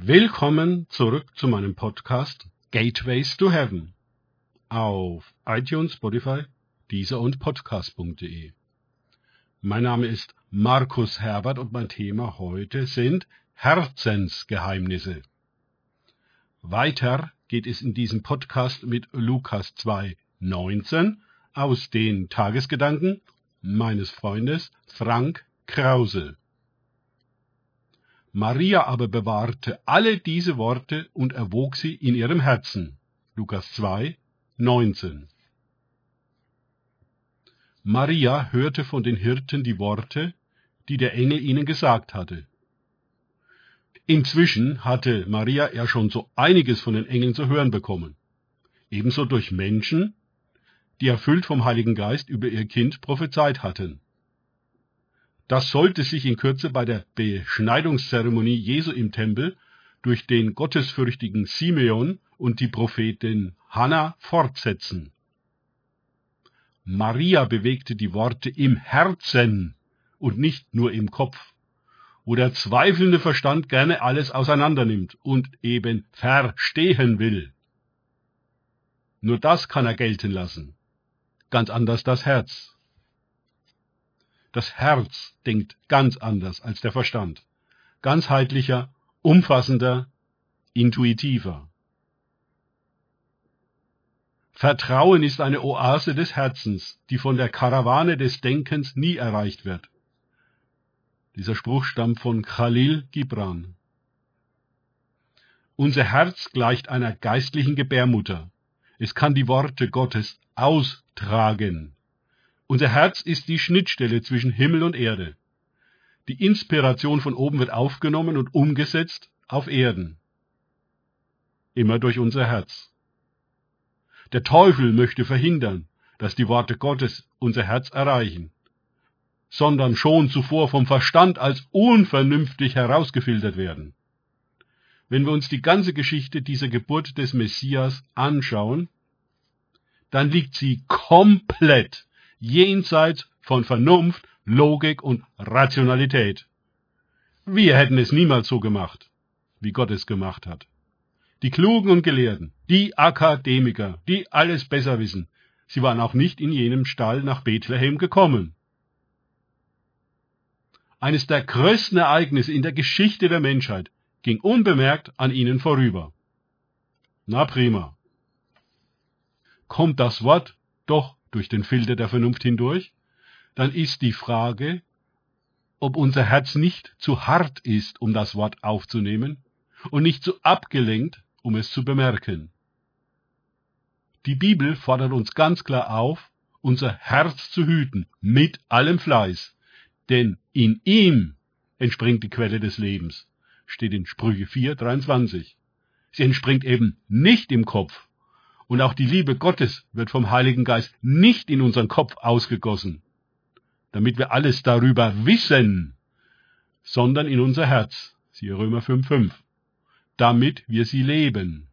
Willkommen zurück zu meinem Podcast Gateways to Heaven auf iTunes, Spotify, Deezer und Podcast.de. Mein Name ist Markus Herbert und mein Thema heute sind Herzensgeheimnisse. Weiter geht es in diesem Podcast mit Lukas 2,19 aus den Tagesgedanken meines Freundes Frank Krause. Maria aber bewahrte alle diese Worte und erwog sie in ihrem Herzen. Lukas 2,19. Maria hörte von den Hirten die Worte, die der Engel ihnen gesagt hatte. Inzwischen hatte Maria ja schon so einiges von den Engeln zu hören bekommen. Ebenso durch Menschen, die erfüllt vom Heiligen Geist über ihr Kind prophezeit hatten. Das sollte sich in Kürze bei der Beschneidungszeremonie Jesu im Tempel durch den gottesfürchtigen Simeon und die Prophetin Hannah fortsetzen. Maria bewegte die Worte im Herzen und nicht nur im Kopf, wo der zweifelnde Verstand gerne alles auseinandernimmt und eben verstehen will. Nur das kann er gelten lassen. Ganz anders das Herz. Das Herz denkt ganz anders als der Verstand. Ganzheitlicher, umfassender, intuitiver. Vertrauen ist eine Oase des Herzens, die von der Karawane des Denkens nie erreicht wird. Dieser Spruch stammt von Khalil Gibran. Unser Herz gleicht einer geistlichen Gebärmutter. Es kann die Worte Gottes austragen. Unser Herz ist die Schnittstelle zwischen Himmel und Erde. Die Inspiration von oben wird aufgenommen und umgesetzt auf Erden. Immer durch unser Herz. Der Teufel möchte verhindern, dass die Worte Gottes unser Herz erreichen, sondern schon zuvor vom Verstand als unvernünftig herausgefiltert werden. Wenn wir uns die ganze Geschichte dieser Geburt des Messias anschauen, dann liegt sie komplett jenseits von Vernunft, Logik und Rationalität. Wir hätten es niemals so gemacht, wie Gott es gemacht hat. Die Klugen und Gelehrten, die Akademiker, die alles besser wissen, sie waren auch nicht in jenem Stall nach Bethlehem gekommen. Eines der größten Ereignisse in der Geschichte der Menschheit ging unbemerkt an ihnen vorüber. Na prima. Kommt das Wort doch durch den Filter der Vernunft hindurch, dann ist die Frage, ob unser Herz nicht zu hart ist, um das Wort aufzunehmen und nicht zu abgelenkt, um es zu bemerken. Die Bibel fordert uns ganz klar auf, unser Herz zu hüten, mit allem Fleiß, denn in ihm entspringt die Quelle des Lebens, steht in Sprüche 4,23. Sie entspringt eben nicht im Kopf. Und auch die Liebe Gottes wird vom Heiligen Geist nicht in unseren Kopf ausgegossen, damit wir alles darüber wissen, sondern in unser Herz, siehe Römer 5,5, damit wir sie leben.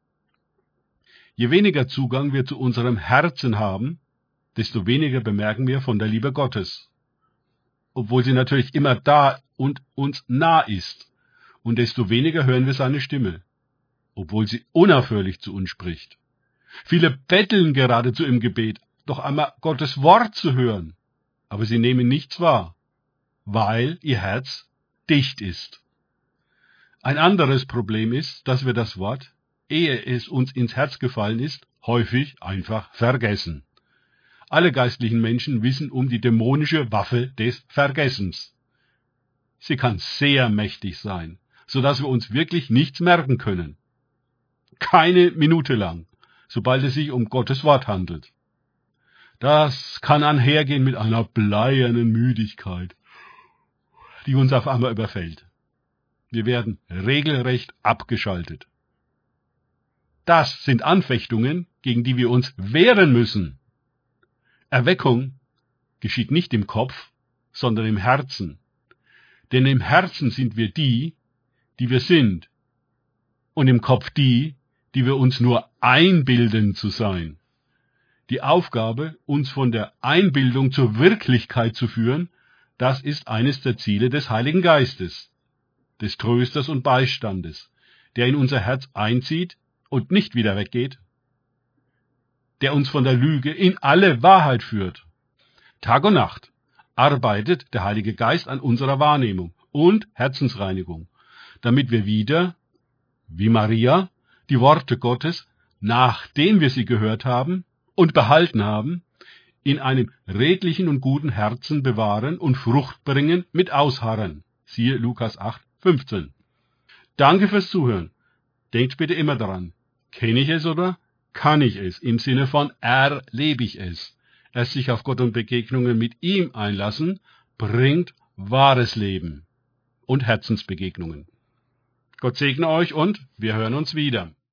Je weniger Zugang wir zu unserem Herzen haben, desto weniger bemerken wir von der Liebe Gottes, obwohl sie natürlich immer da und uns nah ist, und desto weniger hören wir seine Stimme, obwohl sie unaufhörlich zu uns spricht. Viele betteln geradezu im Gebet, doch einmal Gottes Wort zu hören, aber sie nehmen nichts wahr, weil ihr Herz dicht ist. Ein anderes Problem ist, dass wir das Wort, ehe es uns ins Herz gefallen ist, häufig einfach vergessen. Alle geistlichen Menschen wissen um die dämonische Waffe des Vergessens. Sie kann sehr mächtig sein, sodass wir uns wirklich nichts merken können. Keine Minute lang, sobald es sich um Gottes Wort handelt. Das kann einhergehen mit einer bleiernen Müdigkeit, die uns auf einmal überfällt. Wir werden regelrecht abgeschaltet. Das sind Anfechtungen, gegen die wir uns wehren müssen. Erweckung geschieht nicht im Kopf, sondern im Herzen. Denn im Herzen sind wir die wir sind, und im Kopf die wir uns nur einbilden zu sein. Die Aufgabe, uns von der Einbildung zur Wirklichkeit zu führen, das ist eines der Ziele des Heiligen Geistes, des Trösters und Beistandes, der in unser Herz einzieht und nicht wieder weggeht, der uns von der Lüge in alle Wahrheit führt. Tag und Nacht arbeitet der Heilige Geist an unserer Wahrnehmung und Herzensreinigung, damit wir wieder, wie Maria, die Worte Gottes, nachdem wir sie gehört haben und behalten haben, in einem redlichen und guten Herzen bewahren und Frucht bringen mit Ausharren. Siehe Lukas 8,15. Danke fürs Zuhören. Denkt bitte immer daran, kenne ich es oder kann ich es? Im Sinne von erlebe ich es. Erst sich auf Gott und Begegnungen mit ihm einlassen, bringt wahres Leben und Herzensbegegnungen. Gott segne euch und wir hören uns wieder.